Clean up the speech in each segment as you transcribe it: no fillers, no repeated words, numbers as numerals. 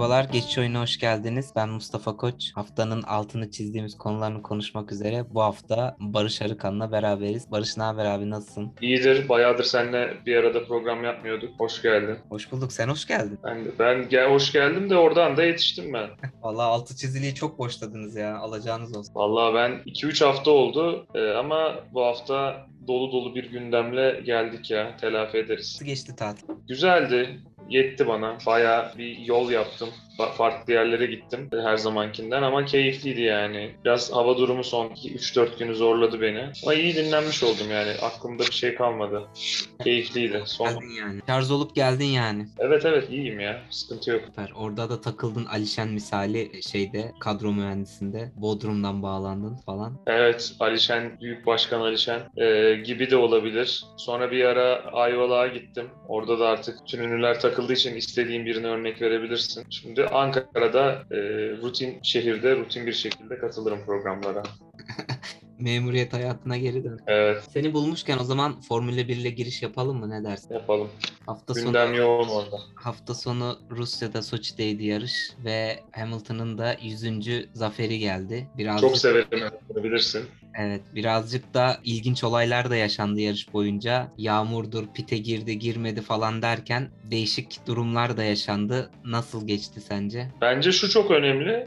Merhabalar, Geçiş Oyun'a hoş geldiniz. Ben Mustafa Koç. Haftanın altını çizdiğimiz konularını konuşmak üzere bu hafta Barış Arıkan'la beraberiz. Barış, ne haber abi, nasılsın? İyidir. Bayağıdır seninle bir arada program yapmıyorduk. Hoş geldin. Hoş bulduk, sen hoş geldin. Hoş geldim de oradan da yetiştim ben. Vallahi altı çiziliği çok boşladınız ya, alacağınız olsun. Vallahi ben 2-3 hafta oldu ama bu hafta dolu dolu bir gündemle geldik ya. Telafi ederiz. Nasıl geçti tatil? Güzeldi. Yetti bana. Bayağı bir yol yaptım. Farklı yerlere gittim her zamankinden ama keyifliydi yani. Biraz hava durumu son 3-4 günü zorladı beni. Ama iyi dinlenmiş oldum yani. Aklımda bir şey kalmadı. Keyifliydi. Geldin yani. Şarj olup geldin yani. Evet evet iyiyim ya. Sıkıntı yok. Süper. Orada da takıldın Alişen misali şeyde, kadro mühendisinde. Bodrum'dan bağlandın falan. Evet, Alişen, Büyük Başkan Alişen gibi de olabilir. Sonra bir ara Ayvalık'a gittim. Orada da artık bütün ünlüler takıldığı için istediğin birine örnek verebilirsin. Şimdi Ankara'da rutin şehirde rutin bir şekilde katılırım programlara. Memuriyet hayatına geri dön. Evet, Seni bulmuşken o zaman Formula 1 ile giriş yapalım mı, ne dersin? yapalım. Hafta sonu Gündem yoğun orada. Hafta sonu Rusya'da Soçi'deydi yarış ve Hamilton'ın da 100. zaferi geldi. Çok Birazcık, severim, bilirsin. evet, birazcık da ilginç olaylar da yaşandı yarış boyunca. Yağmurdur, pite girdi, girmedi falan derken değişik durumlar da yaşandı. Nasıl geçti sence? Bence şu çok önemli.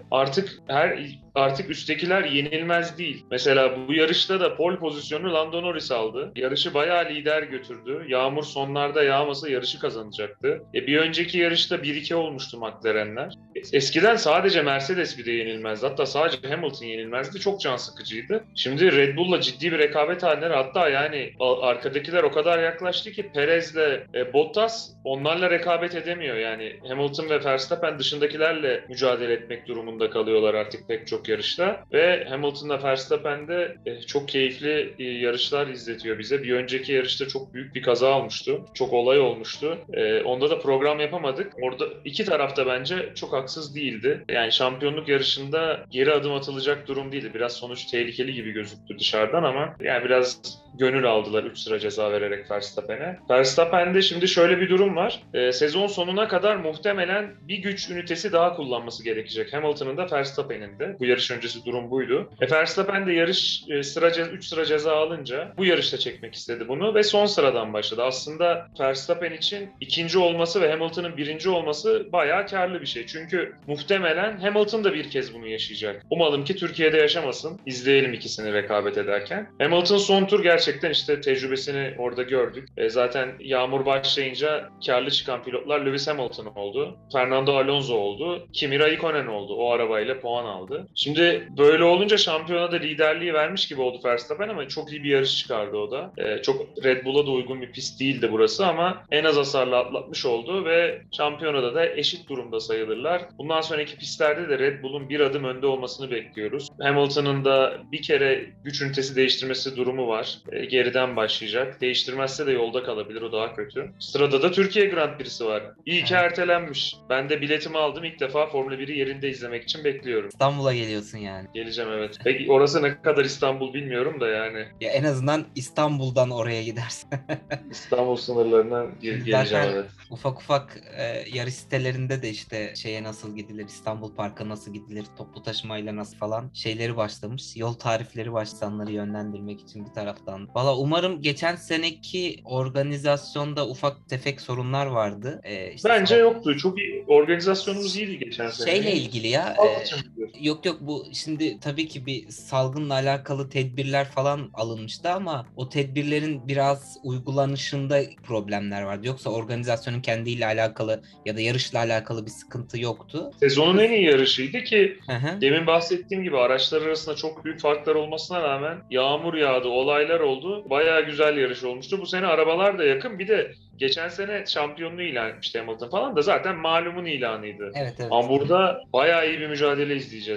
Artık üsttekiler yenilmez değil. Mesela bu yarışta da pole pozisyonu Lando Norris aldı. Yarışı bayağı lider götürdü. Yağmur sonlarda yağmasa yarışı kazanacaktı. Bir önceki yarışta 1-2 olmuştu McLaren'ler. Eskiden sadece Mercedes bir de yenilmezdi. Hatta sadece Hamilton yenilmezdi. Çok can sıkıcıydı. Şimdi Red Bull'la ciddi bir rekabet halindeler. Hatta yani arkadakiler o kadar yaklaştı ki Perez'le Bottas onlarla rekabet edemiyor. Yani Hamilton ve Verstappen dışındakilerle mücadele etmek durumunda kalıyorlar artık pek çok yarışta. Ve Hamilton'la Verstappen de çok keyifli yarışlar izletiyor bize. Bir önceki yarışta çok büyük bir kaza olmuştu. Çok olay olmuştu. Onda da program yapamadık. Orada iki tarafta bence çok haksız değildi. Yani şampiyonluk yarışında geri adım atılacak durum değildi. Biraz sonuç tehlikeli gibi gözüktü dışarıdan ama yani biraz gönül aldılar 3 sıra ceza vererek Verstappen'e. Verstappen'de şimdi şöyle bir durum var. Sezon sonuna kadar muhtemelen bir güç ünitesi daha kullanması gerekecek. Hamilton'ın da Verstappen'in de. Bu yarış öncesi durum buydu. Verstappen de yarış 3 sıra ceza alınca bu yarışta çekmek istedi bunu ve son sıradan başladı. Aslında Verstappen için ikinci olması ve Hamilton'ın birinci olması bayağı karlı bir şey. Çünkü muhtemelen Hamilton da bir kez bunu yaşayacak. Umalım ki Türkiye'de yaşamasın. İzleyelim ikisini rekabet ederken. Hamilton son tur gerçekten işte tecrübesini orada gördük. Zaten yağmur başlayınca karlı çıkan pilotlar Lewis Hamilton oldu. Fernando Alonso oldu. Kimi Raikkonen oldu. O arabayla puan aldı. Şimdi böyle olunca şampiyonada liderliği vermiş gibi oldu Verstappen ama çok iyi bir yarış çıkardı o da. Çok Red Bull'a da uygun bir pist değildi burası ama en az hasarla atlatmış oldu ve şampiyonada da eşit durumda sayılırlar. Bundan sonraki pistlerde de Red Bull'un bir adım önde olmasını bekliyoruz. Hamilton'ın da bir kere güç ünitesi değiştirmesi durumu var. Geriden başlayacak. Değiştirmezse de yolda kalabilir. O daha kötü. Sırada da Türkiye Grand Prix'si var. İyi ki Evet. ertelenmiş. Ben de biletimi aldım. İlk defa Formula 1'i yerinde izlemek için bekliyorum. İstanbul'a geliyorsun yani. Geleceğim evet. Peki orası ne kadar İstanbul bilmiyorum da yani. Ya en azından İstanbul'dan oraya gidersin. İstanbul sınırlarına Şimdi geleceğim zaten evet. ufak ufak yarış sitelerinde de işte şeye nasıl gidilir, İstanbul Park'a nasıl gidilir, toplu taşımayla nasıl falan şeyleri başlamış. Yol tarifleri başlayanları yönlendirmek için bir taraftan. Valla umarım geçen seneki organizasyonda ufak tefek sorunlar vardı. İşte Bence yoktu. Çok iyi. Organizasyonumuz iyiydi geçen şeyle sene. ilgili ya, Halk için biliyorsun. yok bu şimdi tabii ki bir salgınla alakalı tedbirler falan alınmıştı ama o tedbirlerin biraz uygulanışında problemler vardı. Yoksa organizasyonun kendiyle alakalı ya da yarışla alakalı bir sıkıntı yoktu. Sezonun en iyi yarışıydı ki Hı hı. demin bahsettiğim gibi araçlar arasında çok büyük farklar olmasına rağmen yağmur yağdı, olaylar oldu. Bayağı güzel yarış olmuştu. Bu sene arabalar da yakın. Bir de geçen sene şampiyonluğu ilan etmişti Hamilton falan da zaten malumun ilanıydı. Evet, evet. Ama burada bayağı iyi bir mücadele izleyeceğiz.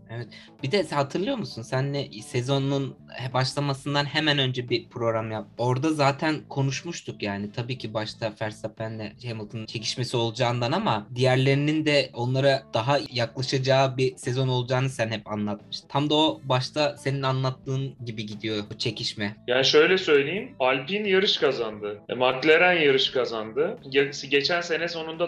Evet. Bir de hatırlıyor musun? Senle sezonun başlamasından hemen önce bir program yap. Orada zaten konuşmuştuk yani. Tabii ki başta Verstappen'le Hamilton'ın çekişmesi olacağından ama diğerlerinin de onlara daha yaklaşacağı bir sezon olacağını sen hep anlatmıştın. Tam da o başta senin anlattığın gibi gidiyor bu çekişme. Yani şöyle söyleyeyim, Alpine yarış kazandı. McLaren yarış kazandı. Geçen sene sonunda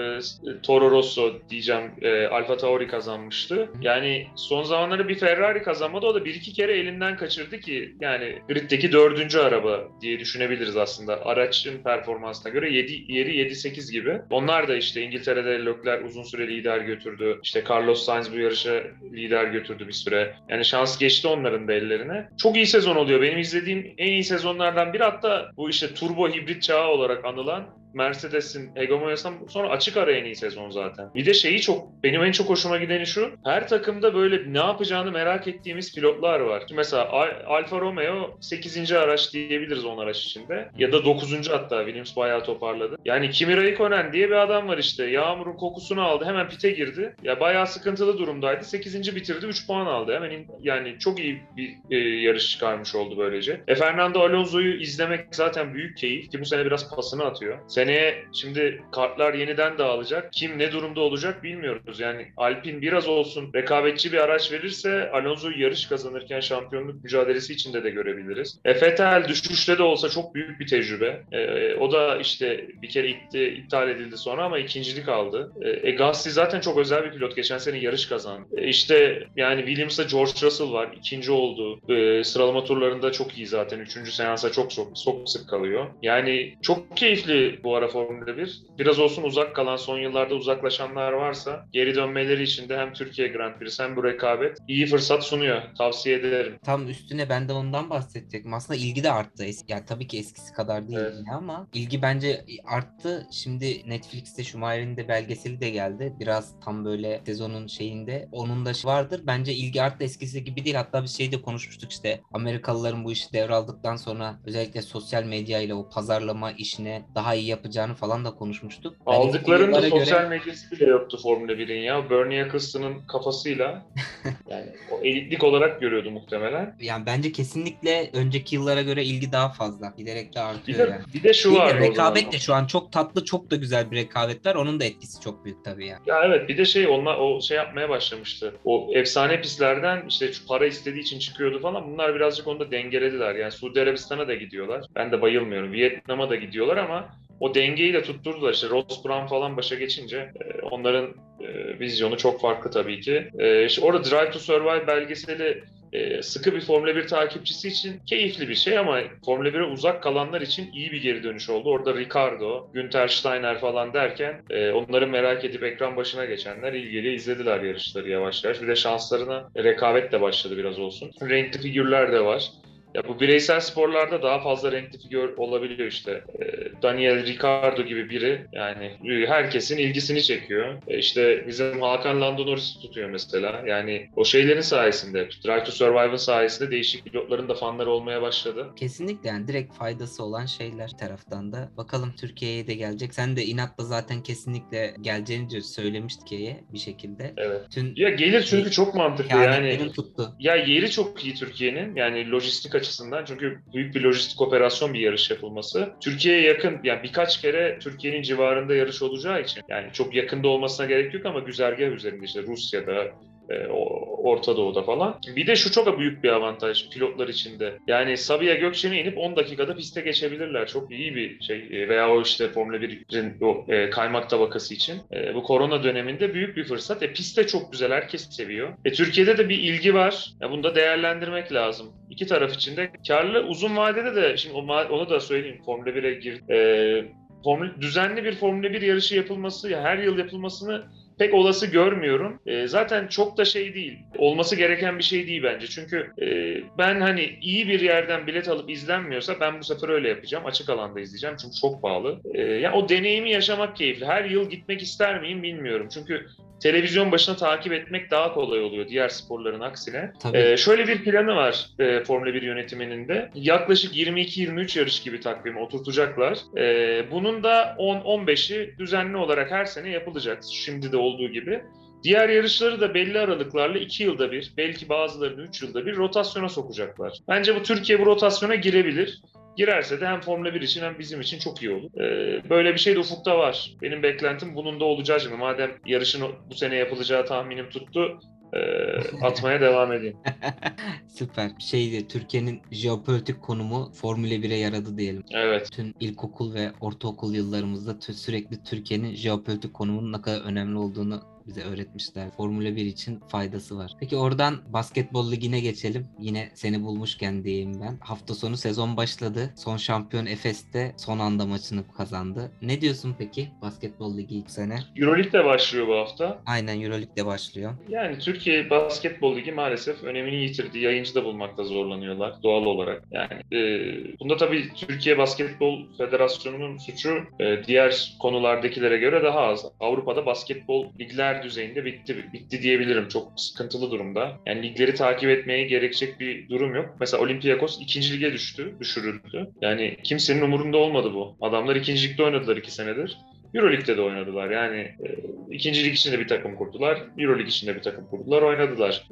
Toro Rosso diyeceğim, Alfa Tauri kazanmıştı. Yani son zamanlarda bir Ferrari kazanmadı. O da bir iki kere elinden kaçırdı ki yani griddeki dördüncü araba diye düşünebiliriz aslında. Araçın performansına göre yeri 7-8 gibi. Onlar da işte İngiltere'de Leclerc uzun süre lider götürdü. İşte Carlos Sainz bu yarışa lider götürdü bir süre. Yani şans geçti onların da ellerine. Çok iyi sezon oluyor. Benim izlediğim en iyi sezonlardan biri, hatta bu işte turbo hibrit çağı olarak anılan Mercedes'in hegemonyasından sonra açık ara en iyi sezon zaten. Bir de benim en çok hoşuma gideni şu, her takımda böyle ne yapacağını merak ettiğimiz pilotlar var. Mesela Alfa Romeo 8. araç diyebiliriz 10 araç içinde. Ya da 9. hatta Williams bayağı toparladı. Yani Kimi Räikkönen diye bir adam var işte. Yağmurun kokusunu aldı. Hemen pite girdi. Ya bayağı sıkıntılı durumdaydı. 8. bitirdi. 3 puan aldı. Yani çok iyi bir yarış çıkarmış oldu böylece. Fernando Alonso'yu izlemek zaten büyük keyif ki bu sene biraz pasını atıyor. Seneye şimdi kartlar yeniden dağılacak. Kim ne durumda olacak bilmiyoruz. Yani Alpine biraz olsun rekabetçi bir araç verirse Alonso'yu yarış kazanırken şampiyonluk mücadelesi içinde de görebiliriz. Vettel düşüşte de olsa çok büyük bir tecrübe. O da işte bir kere iptal edildi sonra ama ikincilik aldı. Gasly zaten çok özel bir pilot. Geçen sene yarış kazandı. İşte yani Williams'da George Russell var. İkinci oldu. Sıralama turlarında çok iyi zaten. Üçüncü seansa çok sık kalıyor. Yani çok keyifli bu ara Formula 1. Biraz olsun uzak kalan, son yıllarda uzaklaşanlar varsa geri dönmeleri için de hem Türkiye Grand Prix'si hem bu rekabet iyi fırsat sunuyor. Tavsiye ederim. Tam üstüne ben de ondan bahsedecektim. Aslında ilgi de arttı. Yani tabii ki eskisi kadar değil Evet. yine ama ilgi bence arttı. Şimdi Netflix'te Schumacher'in de belgeseli de geldi. Biraz tam böyle sezonun şeyinde. Onun da vardır. Bence ilgi arttı, eskisi gibi değil. Hatta bir şey de konuşmuştuk işte. Amerikalıların bu işi devraldıktan sonra özellikle sosyal medya ile o pazarlama işine daha iyi yapacağını falan da konuşmuştuk. Ben eski Aldıklarında yıllara sosyal göre medyası bile yoktu Formula 1'in ya. Bernie Ecclestone'ın kafasıyla yani o elitlik olarak görüyordu muhtemelen. yani bence kesinlikle önceki yıllara göre ilgi daha fazla. Giderek de Bir artıyor de yani. bir de şu Bir de vardı o zaman. rekabet de şu an çok tatlı, çok da güzel bir rekabet var. Onun da etkisi çok büyük tabii yani. Ya evet, bir de onlar o şey yapmaya başlamıştı. O efsane pistlerden işte şu para istediği için çıkıyordu falan. Bunlar birazcık onu da dengelediler. Yani Suudi Arabistan'a da gidiyorlar. Ben de bayılmıyorum. Vietnam'a da gidiyorlar ama o dengeyi de tutturdular. İşte Ross Brown falan başa geçince onların vizyonu çok farklı tabii ki. İşte orada Drive to Survive belgeseli sıkı bir Formula 1 takipçisi için keyifli bir şey ama Formula 1'e uzak kalanlar için iyi bir geri dönüş oldu. Orada Ricardo, Günther Steiner falan derken onları merak edip ekran başına geçenler ilgili izlediler yarışları yavaş yavaş. Bir de şanslarına rekabet de başladı biraz olsun. Renkli figürler de var. Ya bu bireysel sporlarda daha fazla renkli figür olabiliyor işte. Daniel Ricciardo gibi biri yani herkesin ilgisini çekiyor. İşte bizim Hakan Lando Norris'i tutuyor mesela. Yani o şeylerin sayesinde, Drive to Survive'ın sayesinde değişik pilotların da fanları olmaya başladı. Kesinlikle yani direkt faydası olan şeyler bir taraftan da. Bakalım Türkiye'ye de gelecek. Sen de inatla zaten kesinlikle geleceğini söylemişti Türkiye'ye bir şekilde. Evet. Tüm Ya gelir çünkü çok mantıklı yani. kehanetlerin tuttu. Ya yeri çok iyi Türkiye'nin yani lojistik açısından, çünkü büyük bir lojistik operasyon bir yarış yapılması. Türkiye'ye yakın yani birkaç kere Türkiye'nin civarında yarış olacağı için yani çok yakında olmasına gerek yok ama güzergah üzerinde işte Rusya'da, Orta Doğu'da falan. Bir de şu çok büyük bir avantaj pilotlar için de. Yani Sabiha Gökçen'e inip 10 dakikada piste geçebilirler. Çok iyi bir şey. Veya o işte Formula 1'in o kaymak tabakası için. Bu korona döneminde büyük bir fırsat. Pist de çok güzel. Herkes seviyor. Türkiye'de de bir ilgi var. Bunu da değerlendirmek lazım. İki taraf için de karlı. Uzun vadede de şimdi onu da söyleyeyim. Formula 1'e düzenli bir Formula 1 yarışı yapılması, her yıl yapılmasını pek olası görmüyorum. Zaten çok da şey değil. Olması gereken bir şey değil bence. Çünkü ben hani iyi bir yerden bilet alıp izlenmiyorsa ben bu sefer öyle yapacağım. Açık alanda izleyeceğim çünkü çok pahalı. Yani o deneyimi yaşamak keyifli. Her yıl gitmek ister miyim bilmiyorum. Çünkü televizyon başına takip etmek daha kolay oluyor diğer sporların aksine. Tabii. Şöyle bir planı var Formula 1 yönetiminin de. Yaklaşık 22-23 yarış gibi takvimi oturtacaklar. Bunun da 10-15'i düzenli olarak her sene yapılacak. Şimdi de olduğu gibi. Diğer yarışları da belli aralıklarla 2 yılda bir, belki bazılarını 3 yılda bir rotasyona sokacaklar. Bence Türkiye bu rotasyona girebilir. Girerse de hem Formula 1 için hem bizim için çok iyi olur. Böyle bir şey de ufukta var. Benim beklentim bunun da olacağı şimdi. Madem yarışın bu sene yapılacağı tahminim tuttu, atmaya devam edeyim. Süper. Türkiye'nin jeopolitik konumu Formula 1'e yaradı diyelim. Evet. Tüm ilkokul ve ortaokul yıllarımızda sürekli Türkiye'nin jeopolitik konumunun ne kadar önemli olduğunu bize öğretmişler. Formula 1 için faydası var. Peki oradan basketbol ligine geçelim. Yine seni bulmuşken diyeyim ben. Hafta sonu sezon başladı. Son şampiyon Efes'te son anda maçını kazandı. Ne diyorsun peki basketbol ligi bu sene? Euroleague de başlıyor bu hafta. Aynen, Euroleague'de başlıyor. Yani Türkiye Basketbol Ligi maalesef önemini yitirdi. Yayıncı da bulmakta zorlanıyorlar doğal olarak. Yani bunda tabii Türkiye Basketbol Federasyonu'nun suçu diğer konulardakilere göre daha az. Avrupa'da basketbol ligler düzeyinde bitti diyebilirim. Çok sıkıntılı durumda. Yani ligleri takip etmeye gerekecek bir durum yok. Mesela Olympiakos 2. lige düşürüldü. Yani kimsenin umurunda olmadı bu. Adamlar 2. ligde oynadılar 2 senedir. Euroleague'de de oynadılar. Yani 2. lig içinde bir takım kurdular. Euroleague içinde bir takım kurdular, oynadılar.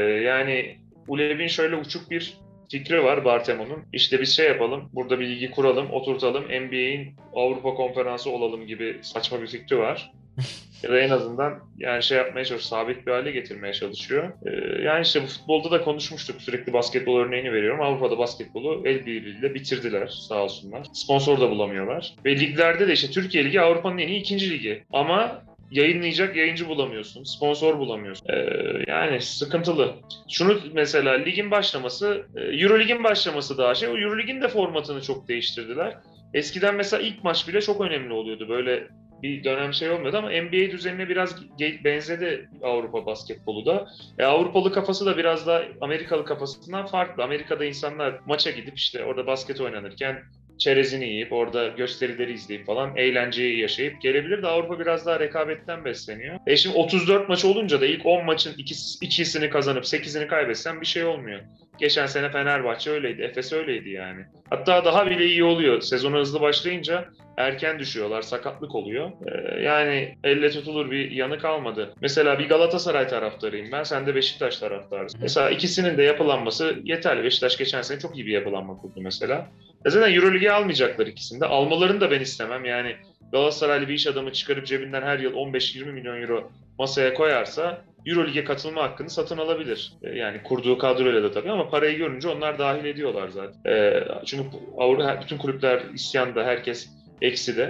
Yani Ulev'in şöyle uçuk bir fikri var Bartemo'nun. İşte biz yapalım, burada bir ligi kuralım, oturtalım, NBA'in Avrupa Konferansı olalım gibi saçma bir fikri var. Ya da en azından yani yapmaya çalışıyor, sabit bir hale getirmeye çalışıyor. Yani işte bu futbolda da konuşmuştuk, sürekli basketbol örneğini veriyorum. Avrupa'da basketbolu el birliğiyle bitirdiler sağ olsunlar. Sponsor da bulamıyorlar. Ve liglerde de işte Türkiye Ligi Avrupa'nın en iyi 2. ligi. Ama yayınlayacak yayıncı bulamıyorsun, sponsor bulamıyorsun. Yani sıkıntılı. Şunu mesela ligin başlaması, Eurolig'in başlaması daha o Eurolig'in de formatını çok değiştirdiler. Eskiden mesela ilk maç bile çok önemli oluyordu. Böyle bir dönem olmuyordu ama NBA düzenine biraz benzedi Avrupa basketbolu da. Avrupalı kafası da biraz da Amerikalı kafasından farklı. Amerika'da insanlar maça gidip işte orada basket oynanırken çerezini yiyip orada gösterileri izleyip falan eğlenceyi yaşayıp gelebilir de Avrupa biraz daha rekabetten besleniyor. Şimdi 34 maç olunca da ilk 10 maçın ikisini kazanıp 8'ini kaybetsen bir şey olmuyor. Geçen sene Fenerbahçe öyleydi, Efes öyleydi yani. Hatta daha bile iyi oluyor. Sezona hızlı başlayınca erken düşüyorlar, sakatlık oluyor. Yani elle tutulur bir yanı kalmadı. Mesela bir Galatasaray taraftarıyım ben, sen de Beşiktaş taraftarısın. Mesela ikisinin de yapılanması yeterli. Beşiktaş geçen sene çok iyi bir yapılanma kurdu mesela. Zaten Euroleague'e almayacaklar ikisini de. Almalarını da ben istemem. Yani Galatasaraylı bir iş adamı çıkarıp cebinden her yıl 15-20 milyon euro masaya koyarsa Euroleague'e katılma hakkını satın alabilir. Yani kurduğu kadroyla da tabii ama parayı görünce onlar dahil ediyorlar zaten. Çünkü bütün kulüpler isyanda, herkes ekside.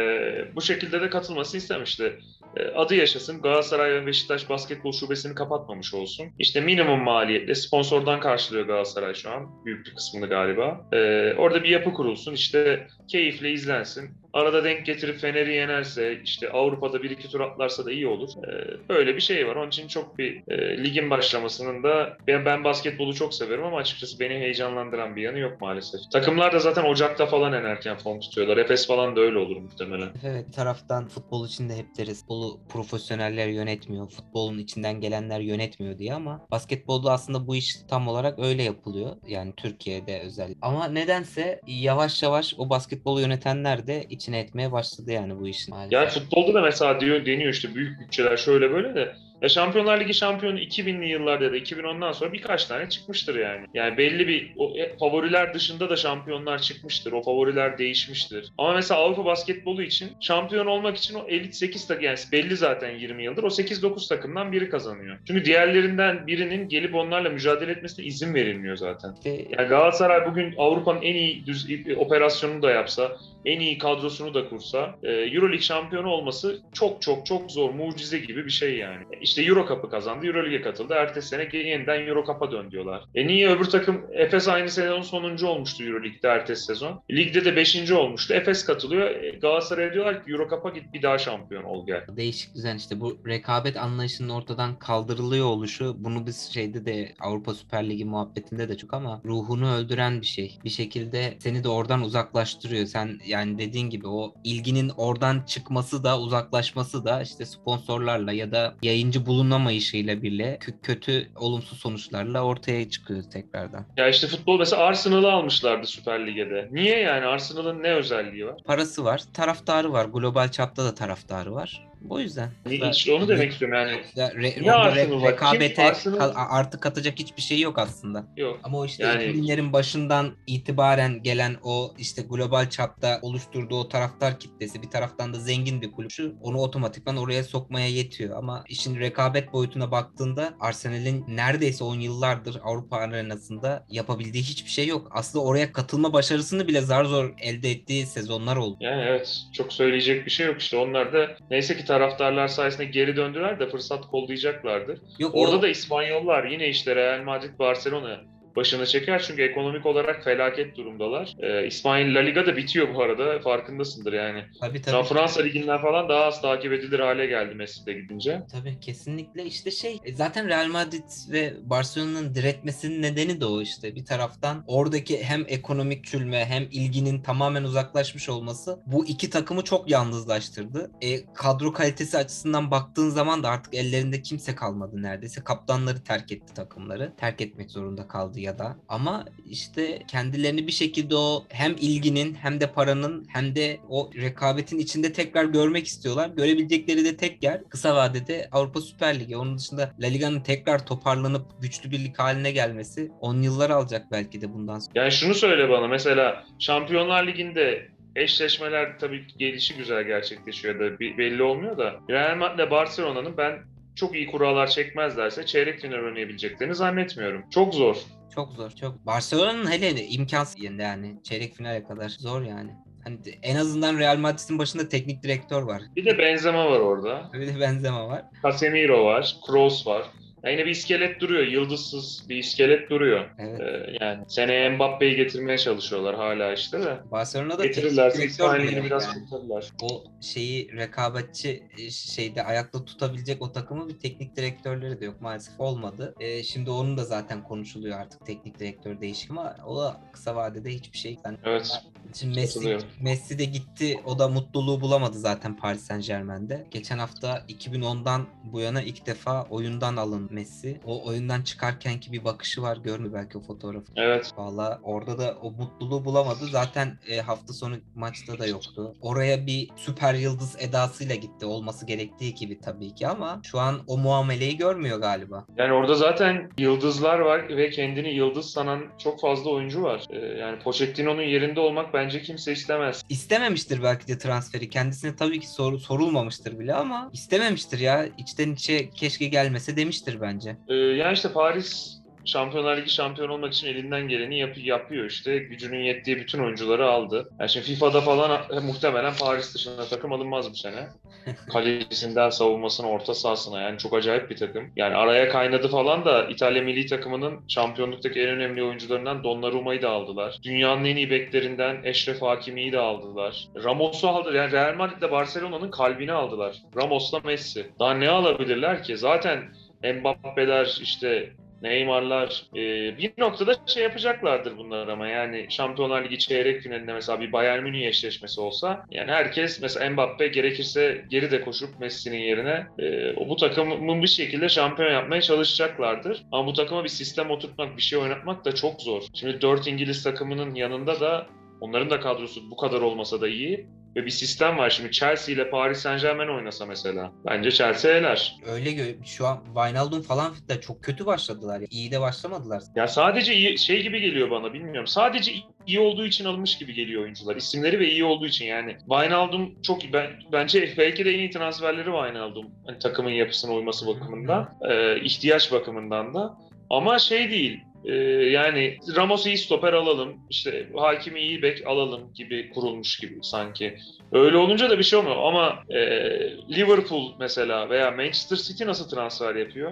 Bu şekilde de katılmasını istemişti. Adı yaşasın, Galatasaray ve Beşiktaş basketbol şubesini kapatmamış olsun. İşte minimum maliyetle sponsordan karşılıyor Galatasaray şu an. Büyük bir kısmını galiba. Orada bir yapı kurulsun, işte keyifle izlensin. Arada denk getirip Fener'i yenerse, işte Avrupa'da bir iki tur atlarsa da iyi olur. Böyle bir şey var. Onun için çok bir ligin başlamasının da ben basketbolu çok severim ama açıkçası beni heyecanlandıran bir yanı yok maalesef. Takımlar da zaten Ocak'ta falan en erken form tutuyorlar. Efes falan da öyle olur muhtemelen. Evet, taraftan futbol için de hep deriz. Futbolu profesyoneller yönetmiyor. Futbolun içinden gelenler yönetmiyor diye ama basketbolda aslında bu iş tam olarak öyle yapılıyor. Yani Türkiye'de özellikle. Ama nedense yavaş yavaş o basketbolu yönetenler de içine etmeye başladı yani bu işin maalesef. Yani futbolda da mesela deniyor işte büyük bütçeler şöyle böyle de. Şampiyonlar Ligi şampiyonu 2000'li yıllarda ya da 2010'dan sonra birkaç tane çıkmıştır yani. Yani belli bir favoriler dışında da şampiyonlar çıkmıştır. O favoriler değişmiştir. Ama mesela Avrupa basketbolu için şampiyon olmak için o elit 8 takım, yani belli zaten 20 yıldır o 8-9 takımdan biri kazanıyor. Çünkü diğerlerinden birinin gelip onlarla mücadele etmesine izin verilmiyor zaten. Yani Galatasaray bugün Avrupa'nın en iyi operasyonunu da yapsa, en iyi kadrosunu da kursa Euroleague şampiyonu olması çok çok çok zor, mucize gibi bir şey yani. İşte Euro Cup'ı kazandı, Euroleague'e katıldı. Ertesi sene yeniden Euro Cup'a dön diyorlar. Niye öbür takım Efes aynı sezon sonuncu olmuştu Euroleague'de ertesi sezon. Ligde de 5. olmuştu. Efes katılıyor. Galatasaray'a diyorlar ki Euro Cup'a git bir daha şampiyon ol gel. Değişik düzen işte bu rekabet anlayışının ortadan kaldırılıyor oluşu. Bunu biz de Avrupa Süper Ligi muhabbetinde de çok ama ruhunu öldüren bir şey. Bir şekilde seni de oradan uzaklaştırıyor. Sen yani dediğin gibi o ilginin oradan çıkması da uzaklaşması da işte sponsorlarla ya da yayıncı bulunamayışıyla bile kötü olumsuz sonuçlarla ortaya çıkıyor tekrardan. Ya işte futbol mesela Arsenal'ı almışlardı Süper Lig'de. Niye yani? Arsenal'ın ne özelliği var? Parası var, taraftarı var. Global çapta da taraftarı var. O yüzden. İşte onu demek istiyorum yani. Yoksa Niye orada Arsenal var? Kim rekabete Arsenal? artı katacak hiçbir şey yok aslında. Yok. Ama o işte Yani 2000'lerin başından itibaren gelen o işte global çapta oluşturduğu o taraftar kitlesi, bir taraftan da zengin bir kulüp, onu otomatikman oraya sokmaya yetiyor. Ama işin rekabet boyutuna baktığında Arsenal'in neredeyse 10 yıllardır Avrupa arenasında yapabildiği hiçbir şey yok. Aslında oraya katılma başarısını bile zar zor elde ettiği sezonlar oldu. Yani evet, çok söyleyecek bir şey yok işte. Onlar da neyse ki taraftarlar sayesinde geri döndüler de fırsat kollayacaklardır. Yok Orada o da İspanyollar yine işte Real Madrid, Barcelona başını çeker çünkü ekonomik olarak felaket durumdalar. İspanya La Liga da bitiyor bu arada, farkındasındır yani. tabii Şu an tabii. Fransa Ligi'nden falan daha az takip edilir hale geldi Messi de gidince. Tabii kesinlikle işte zaten Real Madrid ve Barcelona'nın diretmesinin nedeni de o işte. Bir taraftan oradaki hem ekonomik çülme hem ilginin tamamen uzaklaşmış olması bu iki takımı çok yalnızlaştırdı. Kadro kalitesi açısından baktığın zaman da artık ellerinde kimse kalmadı neredeyse. Kaptanları terk etti takımları. Terk etmek zorunda kaldı ya da. Ama işte kendilerini bir şekilde o hem ilginin hem de paranın hem de o rekabetin içinde tekrar görmek istiyorlar. Görebilecekleri de tek yer kısa vadede Avrupa Süper Ligi. Onun dışında La Liga'nın tekrar toparlanıp güçlü bir lig haline gelmesi 10 yıllar alacak belki de bundan sonra. Yani şunu söyle bana, mesela Şampiyonlar Ligi'nde eşleşmeler tabii ki gelişi güzel gerçekleşiyor ya da belli olmuyor da Real Madrid ile Barcelona'nın ben çok iyi kurallar çekmezlerse çeyrek final oynayabileceklerini zannetmiyorum. Çok zor. Çok zor, çok. Barcelona'nın hele imkansız yani çeyrek finale kadar zor yani. Hani en azından Real Madrid'in başında teknik direktör var. Bir de Benzema var orada. Öyle de Benzema var. Casemiro var. Kroos var. Yani yine bir iskelet duruyor. Yıldızsız bir iskelet duruyor. Evet. Yani seneye Mbappe'yi getirmeye çalışıyorlar hala işte de. Barcelona'da teknik Getirirlerse direktör İspanya bile Ligi'ni yok biraz yani. kurtarırlar. O rekabetçi şeyde ayakta tutabilecek o takımın bir teknik direktörleri de yok. Maalesef olmadı. Şimdi onun da zaten konuşuluyor artık teknik direktör değişimi ama o da kısa vadede hiçbir şey. Evet. Şimdi Katılıyorum. Messi de gitti. O da mutluluğu bulamadı zaten Paris Saint-Germain'de. Geçen hafta 2010'dan bu yana ilk defa oyundan alın Messi. O oyundan çıkarkenki bir bakışı var. Görmüyor belki o fotoğrafı. Evet. Valla orada da o mutluluğu bulamadı. Zaten hafta sonu maçta da yoktu. Oraya bir süper yıldız edasıyla gitti. Olması gerektiği gibi tabii ki ama şu an o muameleyi görmüyor galiba. Yani orada zaten yıldızlar var ve kendini yıldız sanan çok fazla oyuncu var. Yani Pochettino'nun yerinde olmak bence kimse istemez. İstememiştir belki de transferi. Kendisine tabii ki sorulmamıştır bile ama istememiştir ya. İçten içe keşke gelmese demiştir bence. Yani işte Paris Şampiyonlar Ligi şampiyon olmak için elinden geleni yapıyor işte. Gücünün yettiği bütün oyuncuları aldı. Yani şimdi FIFA'da falan muhtemelen Paris dışında takım alınmaz bu sene. Kalecisinden savunmasına, orta sahasına, yani çok acayip bir takım. Yani araya kaynadı falan da İtalya milli takımının şampiyonluktaki en önemli oyuncularından Donnarumma'yı da aldılar. Dünyanın en iyi beklerinden Eşref Hakimi'yi de aldılar. Ramos'u aldılar. Yani Real Madrid'le Barcelona'nın kalbini aldılar. Ramos'la Messi. Daha ne alabilirler ki? Zaten Mbappe'ler işte Neymar'lar bir noktada şey yapacaklardır bunlar ama yani Şampiyonlar Ligi çeyrek finalinde mesela bir Bayern Münih eşleşmesi olsa yani herkes mesela Mbappe gerekirse geri de koşup Messi'nin yerine bu takımın bir şekilde şampiyon yapmaya çalışacaklardır. Ama bu takıma bir sistem oturtmak, bir şey oynatmak da çok zor. Şimdi 4 İngiliz takımının yanında da onların da kadrosu bu kadar olmasa da iyi. Ve bir sistem var. Şimdi Chelsea ile Paris Saint-Germain oynasa mesela. Bence Chelsea eler. Öyle şu an Wijnaldum falan da çok kötü başladılar. İyi de başlamadılar. Ya sadece iyi, şey gibi geliyor bana, bilmiyorum. Sadece iyi olduğu için alınmış gibi geliyor oyuncular. İsimleri ve iyi olduğu için yani. Wijnaldum çok bence belki de en iyi transferleri Wijnaldum. Hani takımın yapısına uyması bakımından, ihtiyaç bakımından da. Ama şey değil. Yani Ramos'u iyi stoper alalım, işte Hakimi iyi bek alalım gibi kurulmuş gibi sanki. Öyle olunca da bir şey olmuyor ama Liverpool mesela veya Manchester City nasıl transfer yapıyor?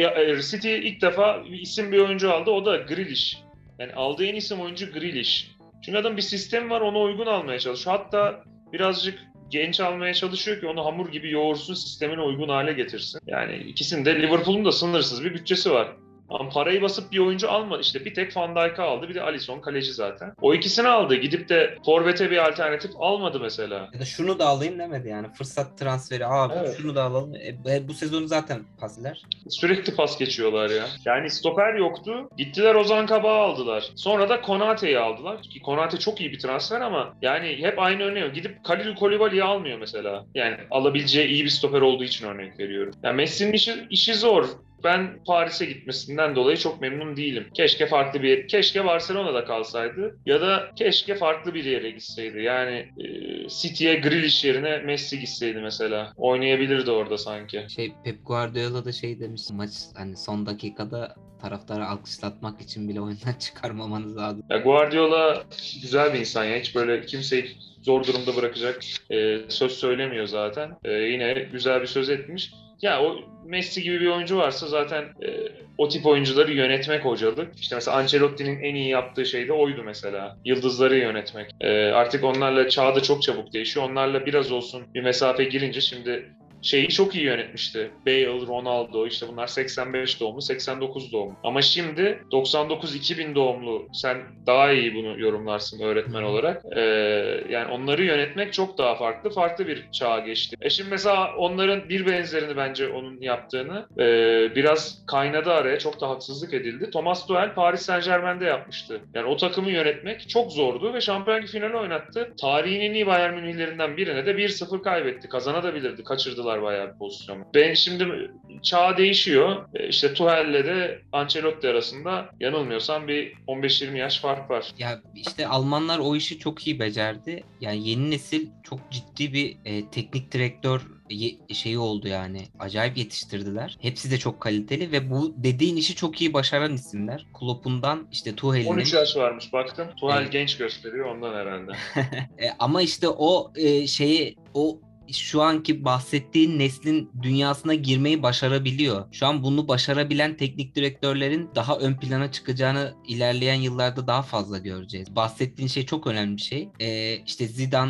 City ilk defa bir oyuncu aldı, o da Grealish. Yani aldığı en isim oyuncu Grealish. Çünkü adam bir sistem var, ona uygun almaya çalışıyor. Hatta birazcık genç almaya çalışıyor ki onu hamur gibi yoğursun, sistemine uygun hale getirsin. Yani ikisinin de, Liverpool'un da sınırsız bir bütçesi var. Ama parayı basıp bir oyuncu almadı. İşte bir tek Van Dijk'ı aldı. Bir de Alisson kaleci zaten. O ikisini aldı. Gidip de forvete bir alternatif almadı mesela. Ya da şunu da alayım demedi yani. Fırsat transferi abi Evet. şunu da alalım. Bu sezonu zaten pasiler. Sürekli pas geçiyorlar ya. Yani stoper yoktu. Gittiler Ozan Kabak'ı aldılar. Sonra da Konate'yi aldılar. Ki Konate çok iyi bir transfer ama yani hep aynı örneği. Gidip Kalidou Koulibaly'yi almıyor mesela. Yani alabileceği iyi bir stoper olduğu için örnek veriyorum. Yani Messi'nin işi zor. Ben Paris'e gitmesinden dolayı çok memnun değilim. Keşke Barcelona'da kalsaydı ya da keşke farklı bir yere gitseydi. Yani City'ye Grealish yerine Messi gitseydi mesela. Oynayabilirdi orada sanki. Pep Guardiola da demiş, maç hani son dakikada taraftarı alkışlatmak için bile oyundan çıkarmamanız lazım. Ya Guardiola güzel bir insan ya. Hiç böyle kimseyi zor durumda bırakacak söz söylemiyor zaten. Yine güzel bir söz etmiş. Ya o Messi gibi bir oyuncu varsa zaten o tip oyuncuları yönetmek hocalık. İşte mesela Ancelotti'nin en iyi yaptığı şey de oydu mesela. Yıldızları yönetmek. Artık onlarla çağ da çok çabuk değişiyor. Onlarla biraz olsun bir mesafe girince şimdi şeyi çok iyi yönetmişti. Bale, Ronaldo işte bunlar 85 doğumlu, 89 doğumlu. Ama şimdi 99-2000 doğumlu sen daha iyi bunu yorumlarsın öğretmen olarak. Yani onları yönetmek çok daha farklı. Farklı bir çağa geçti. Şimdi mesela onların bir benzerini bence onun yaptığını biraz kaynadı araya. Çok da haksızlık edildi. Thomas Tuchel Paris Saint-Germain'de yapmıştı. Yani o takımı yönetmek çok zordu ve Şampiyonlar Ligi finali oynattı. Tarihin en iyi Bayern Münih'lerinden birine de 1-0 kaybetti. Kazanabilirdi. Kaçırdılar bayağı bir pozisyon. Ben şimdi çağ değişiyor. İşte Tuchel'le de Ancelotti arasında yanılmıyorsam bir 15-20 yaş fark var. Ya işte Almanlar o işi çok iyi becerdi. Yani yeni nesil çok ciddi bir teknik direktör şeyi oldu yani. Acayip yetiştirdiler. Hepsi de çok kaliteli ve bu dediğin işi çok iyi başaran isimler. Klopp'undan işte 13 Tuchel'inin yaş varmış baktım. Tuchel genç gösteriyor ondan herhalde. ama işte o şu anki bahsettiğin neslin dünyasına girmeyi başarabiliyor. Şu an bunu başarabilen teknik direktörlerin daha ön plana çıkacağını ilerleyen yıllarda daha fazla göreceğiz. Bahsettiğin şey çok önemli bir şey. İşte Zidane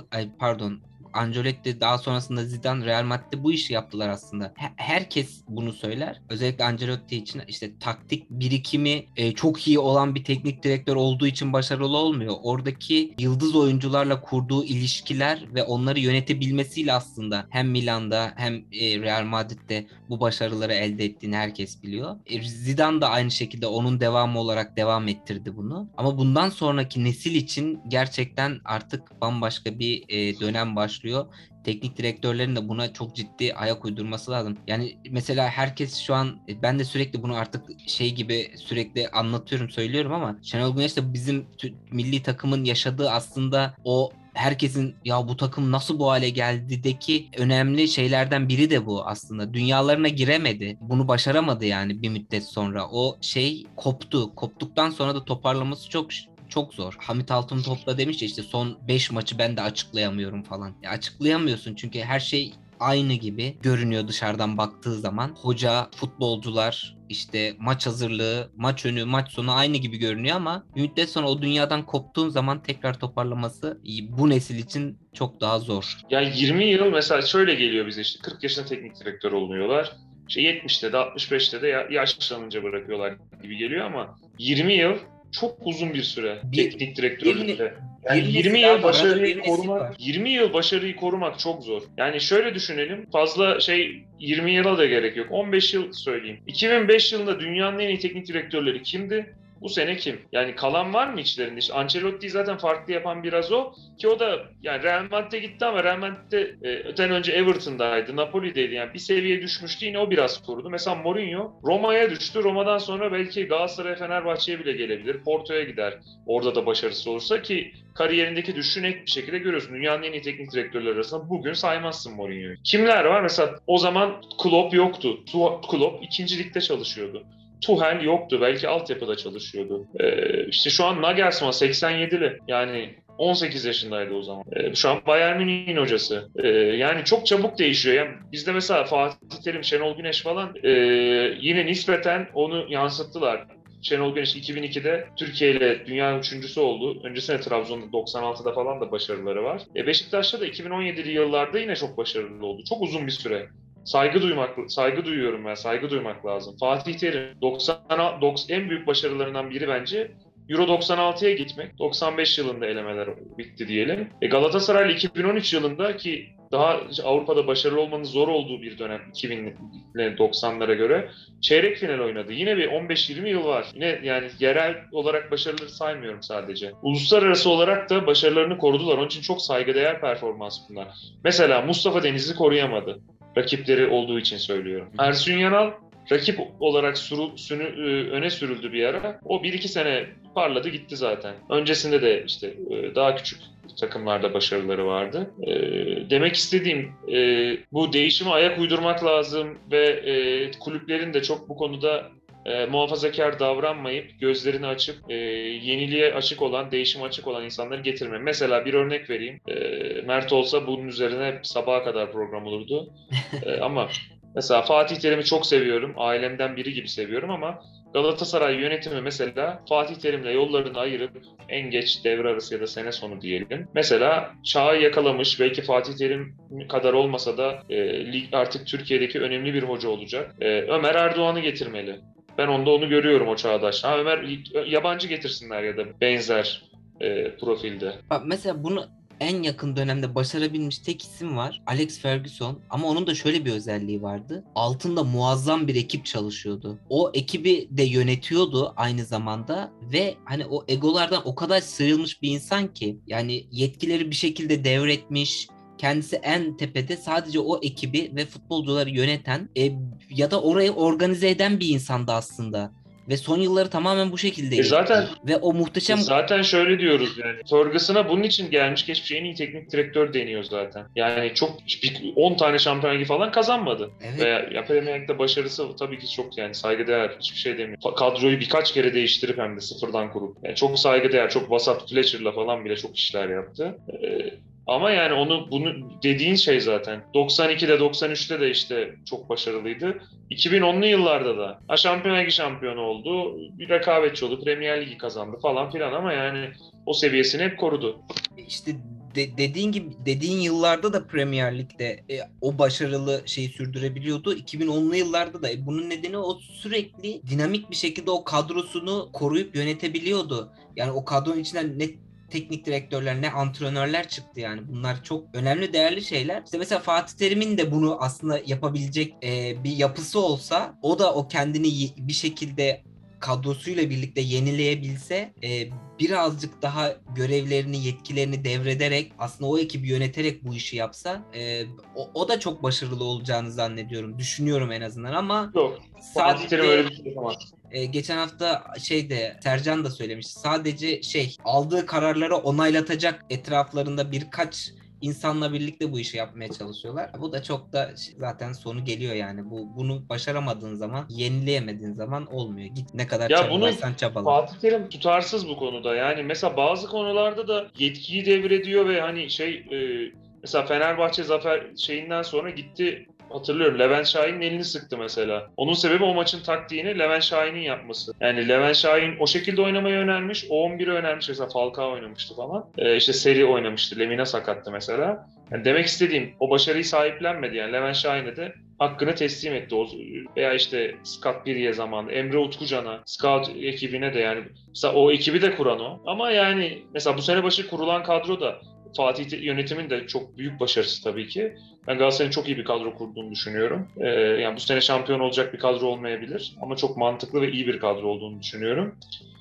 Ancelotti daha sonrasında Zidane Real Madrid'de bu işi yaptılar aslında. Herkes bunu söyler. Özellikle Ancelotti için işte taktik birikimi çok iyi olan bir teknik direktör olduğu için başarılı olmuyor. Oradaki yıldız oyuncularla kurduğu ilişkiler ve onları yönetebilmesiyle aslında hem Milan'da hem Real Madrid'de bu başarıları elde ettiğini herkes biliyor. Zidane da aynı şekilde onun devamı olarak devam ettirdi bunu. Ama bundan sonraki nesil için gerçekten artık bambaşka bir dönem başlıyor. Teknik direktörlerin de buna çok ciddi ayak uydurması lazım. Yani mesela herkes şu an ben de sürekli bunu artık gibi sürekli anlatıyorum, söylüyorum ama Şenol Güneş de bizim milli takımın yaşadığı aslında o herkesin ya bu takım nasıl bu hale geldi'deki önemli şeylerden biri de bu aslında. Dünyalarına giremedi. Bunu başaramadı yani bir müddet sonra. O koptu. Koptuktan sonra da toparlaması çok zor. Hamit Altıntop da demiş ya işte son 5 maçı ben de açıklayamıyorum falan. Ya açıklayamıyorsun çünkü her şey aynı gibi görünüyor dışarıdan baktığı zaman. Hoca, futbolcular, işte maç hazırlığı, maç önü, maç sonu aynı gibi görünüyor ama bir müddet sonra o dünyadan koptuğun zaman tekrar toparlaması bu nesil için çok daha zor. Yani 20 yıl mesela şöyle geliyor bize işte 40 yaşında teknik direktör oluyorlar. İşte 70'te de 65'te de yaşlanınca bırakıyorlar gibi geliyor ama 20 yıl çok uzun bir süre teknik direktörlükte. Yani bir 20 nesil yıl abi, arada bir başarıyı nesil korumak, var. 20 yıl başarıyı korumak çok zor. Yani şöyle düşünelim. Fazla 20 yıla da gerek yok. 15 yıl söyleyeyim. 2005 yılında dünyanın en iyi teknik direktörleri kimdi? Bu sene kim? Yani kalan var mı içlerinde? İşte Ancelotti'yi zaten farklı yapan biraz o. Ki o da yani Real Madrid'e gitti ama Real Madrid'de öten önce Everton'daydı, Napoli'deydi. Yani bir seviye düşmüştü yine o biraz korudu. Mesela Mourinho Roma'ya düştü. Roma'dan sonra belki Galatasaray'a, Fenerbahçe'ye bile gelebilir. Porto'ya gider. Orada da başarısı olursa ki kariyerindeki düşüşü net bir şekilde görüyorsun. Dünyanın en iyi teknik direktörleri arasında bugün saymazsın Mourinho'yu. Kimler var? Mesela o zaman Klopp yoktu. Klopp 2. ligde çalışıyordu. Tuchel yoktu. Belki altyapıda çalışıyordu. İşte şu an Nagelsmann 87'li. Yani 18 yaşındaydı o zaman. Şu an Bayern Münih'in hocası. Yani çok çabuk değişiyor. Yani bizde mesela Fatih Terim, Şenol Güneş falan yine nispeten onu yansıttılar. Şenol Güneş 2002'de Türkiye ile dünya üçüncüsü oldu. Öncesinde Trabzon'da 96'da falan da başarıları var. Beşiktaş'ta da 2017'li yıllarda yine çok başarılı oldu. Çok uzun bir süre. saygı duyuyorum ben. Saygı duymak lazım. Fatih Terim 90 en büyük başarılarından biri bence Euro 96'ya gitmek. 95 yılında elemeler bitti diyelim. Galatasaray 2013 yılında ki daha Avrupa'da başarılı olmanın zor olduğu bir dönem 2000'le 90'lara göre çeyrek final oynadı. Yine bir 15-20 yıl var. Yine yani yerel olarak başarıları saymıyorum sadece. Uluslararası olarak da başarılarını korudular. Onun için çok saygıdeğer performans bunlar. Mesela Mustafa Denizli koruyamadı. Rakipleri olduğu için söylüyorum. Ersun Yanal rakip olarak öne sürüldü bir ara. O 1-2 sene parladı gitti zaten. Öncesinde de işte daha küçük takımlarda başarıları vardı. Demek istediğim bu değişime ayak uydurmak lazım ve kulüplerin de çok bu konuda muhafazakar davranmayıp gözlerini açıp yeniliğe açık olan, değişime açık olan insanları getirme. Mesela bir örnek vereyim. Mert olsa bunun üzerine sabaha kadar program olurdu. Ama mesela Fatih Terim'i çok seviyorum. Ailemden biri gibi seviyorum ama Galatasaray yönetimi mesela Fatih Terim'le yollarını ayırıp en geç devre arası ya da sene sonu diyelim. Mesela çağı yakalamış, belki Fatih Terim kadar olmasa da lig artık Türkiye'deki önemli bir hoca olacak. Ömer Erdoğan'ı getirmeli. Ben onu görüyorum o çağdaş. Yabancı getirsinler ya da benzer profilde. Mesela bunu en yakın dönemde başarabilmiş tek isim var. Alex Ferguson. Ama onun da şöyle bir özelliği vardı. Altında muazzam bir ekip çalışıyordu. O ekibi de yönetiyordu aynı zamanda ve hani o egolardan o kadar sıyrılmış bir insan ki yani yetkileri bir şekilde devretmiş. Kendisi en tepede, sadece o ekibi ve futbolcuları yöneten ya da orayı organize eden bir insandı aslında. Ve son yılları tamamen bu şekilde Zaten ve o muhteşem... Zaten şöyle diyoruz yani. Ferguson'a bunun için gelmiş geçmiş en iyi teknik direktör deniyor zaten. Yani çok 10 tane Şampiyon Ligi falan kazanmadı. Evet. Ve Premier Lig'de başarısı tabii ki çok yani saygıdeğer, hiçbir şey demiyorum. Kadroyu birkaç kere değiştirip hem de sıfırdan kurup. Yani çok saygıdeğer, çok vasat Fletcher'la falan bile çok işler yaptı. Ama yani bunu dediğin şey zaten. 92'de 93'te de işte çok başarılıydı. 2010'lu yıllarda da Şampiyon Ligi şampiyonu oldu. Bir rekabetçi oldu. Premier Ligi kazandı falan filan ama yani o seviyesini hep korudu. İşte dediğin gibi dediğin yıllarda da Premier Lig'de o başarılı şeyi sürdürebiliyordu. 2010'lu yıllarda da bunun nedeni o sürekli dinamik bir şekilde o kadrosunu koruyup yönetebiliyordu. Yani o kadronun içinden ne teknik direktörler ne antrenörler çıktı yani. Bunlar çok önemli, değerli şeyler. İşte mesela Fatih Terim'in de bunu aslında yapabilecek bir yapısı olsa, o da o kendini bir şekilde kadrosuyla birlikte yenileyebilse, birazcık daha görevlerini, yetkilerini devrederek aslında o ekibi yöneterek bu işi yapsa o da çok başarılı olacağını zannediyorum. Düşünüyorum en azından ama Yok. Fatih Terim öyle bir şey yapamaz. Geçen hafta Sercan da söylemiş. Sadece aldığı kararları onaylatacak etraflarında birkaç insanla birlikte bu işi yapmaya çalışıyorlar. Bu da çok da zaten sonu geliyor yani. Bunu başaramadığın zaman, yenileyemediğin zaman olmuyor. Git ne kadar Ya bunu çabalarsan çabala. Fatih Terim tutarsız bu konuda. Yani mesela bazı konularda da yetkiyi devrediyor ve hani mesela Fenerbahçe zafer şeyinden sonra gitti. Hatırlıyorum, Levent Şahin'in elini sıktı mesela. Onun sebebi o maçın taktiğini Levent Şahin'in yapması. Yani Levent Şahin o şekilde oynamayı önermiş. O 11'i önermiş. Mesela Falcao oynamıştı falan. İşte Seri oynamıştı. Lemina sakattı mesela. Yani demek istediğim, o başarıyı sahiplenmedi. Yani Levent Şahin'e de hakkını teslim etti. Veya işte Scott Pirie zamanında Emre Utkucan'a, Scout ekibine de yani mesela o ekibi de kuran o. Ama yani mesela bu sene başı kurulan kadro da Fatih yönetimin de çok büyük başarısı tabii ki. Ben Galatasaray'ın çok iyi bir kadro kurduğunu düşünüyorum. Yani bu sene şampiyon olacak bir kadro olmayabilir ama çok mantıklı ve iyi bir kadro olduğunu düşünüyorum.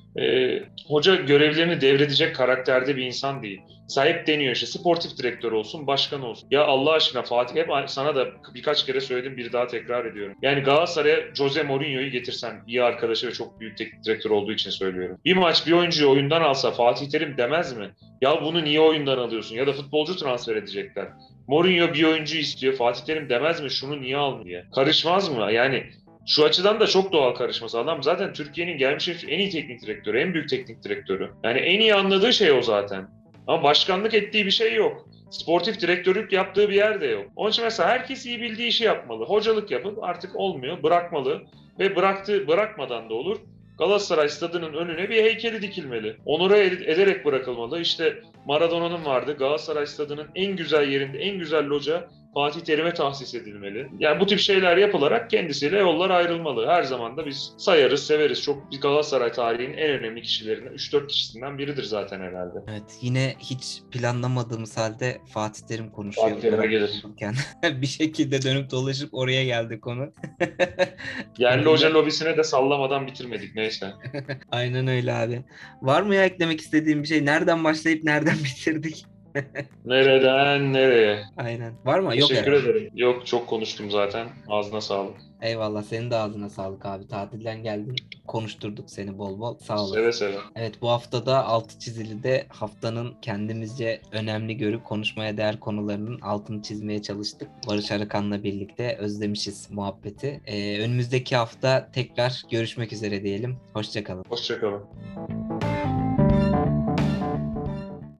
Hoca görevlerini devredecek karakterde bir insan değil. Sahip deniyor işte, sportif direktör olsun, başkan olsun. Ya Allah aşkına Fatih, hep sana da birkaç kere söyledim, bir daha tekrar ediyorum. Yani Galatasaray'a Jose Mourinho'yu getirsen, iyi arkadaşı ve çok büyük teknik direktör olduğu için söylüyorum. Bir maç bir oyuncuyu oyundan alsa Fatih Terim demez mi? Ya bunu niye oyundan alıyorsun? Ya da futbolcu transfer edecekler. Mourinho bir oyuncu istiyor, Fatih Terim demez mi? Şunu niye almıyor diye. Karışmaz mı? Yani şu açıdan da çok doğal karışması. Adam zaten Türkiye'nin gelmiş en iyi teknik direktörü, en büyük teknik direktörü. Yani en iyi anladığı şey o zaten. Ama başkanlık ettiği bir şey yok. Sportif direktörlük yaptığı bir yer de yok. Onun için mesela herkes iyi bildiği işi yapmalı. Hocalık yapıp artık olmuyor, bırakmalı. Ve bırakmadan da olur. Galatasaray stadının önüne bir heykeli dikilmeli. Onore ederek bırakılmalı. İşte Maradona'nın vardı. Galatasaray stadının en güzel yerinde, en güzel loca Fatih Terim'e tahsis edilmeli. Yani bu tip şeyler yapılarak kendisiyle yollar ayrılmalı. Her zaman da biz sayarız, severiz. Çok bir Galatasaray tarihinin en önemli kişilerinden, 3-4 kişisinden biridir zaten herhalde. Evet, yine hiç planlamadığımız halde Fatih Terim konuşuyor. Fatih Terim'e gelir. Bir şekilde dönüp dolaşıp oraya geldi konu. Yerli hoca lobisine de sallamadan bitirmedik neyse. Aynen öyle abi. Var mı ya eklemek istediğim bir şey? Nereden başlayıp nereden bitirdik? Nereden nereye? Aynen. Var mı? Yok Teşekkür herhalde. ederim. Yok, çok konuştum zaten. Ağzına sağlık. Eyvallah. Senin de ağzına sağlık abi. Tatilden geldin. Konuşturduk seni bol bol. Sağ olasın. Seve seve. Evet, bu hafta da altı çizili de haftanın kendimizce önemli görüp konuşmaya değer konularının altını çizmeye çalıştık. Barış Arıkan'la birlikte özlemişiz muhabbeti. Önümüzdeki hafta tekrar görüşmek üzere diyelim. Hoşça kalın. Hoşça kalın.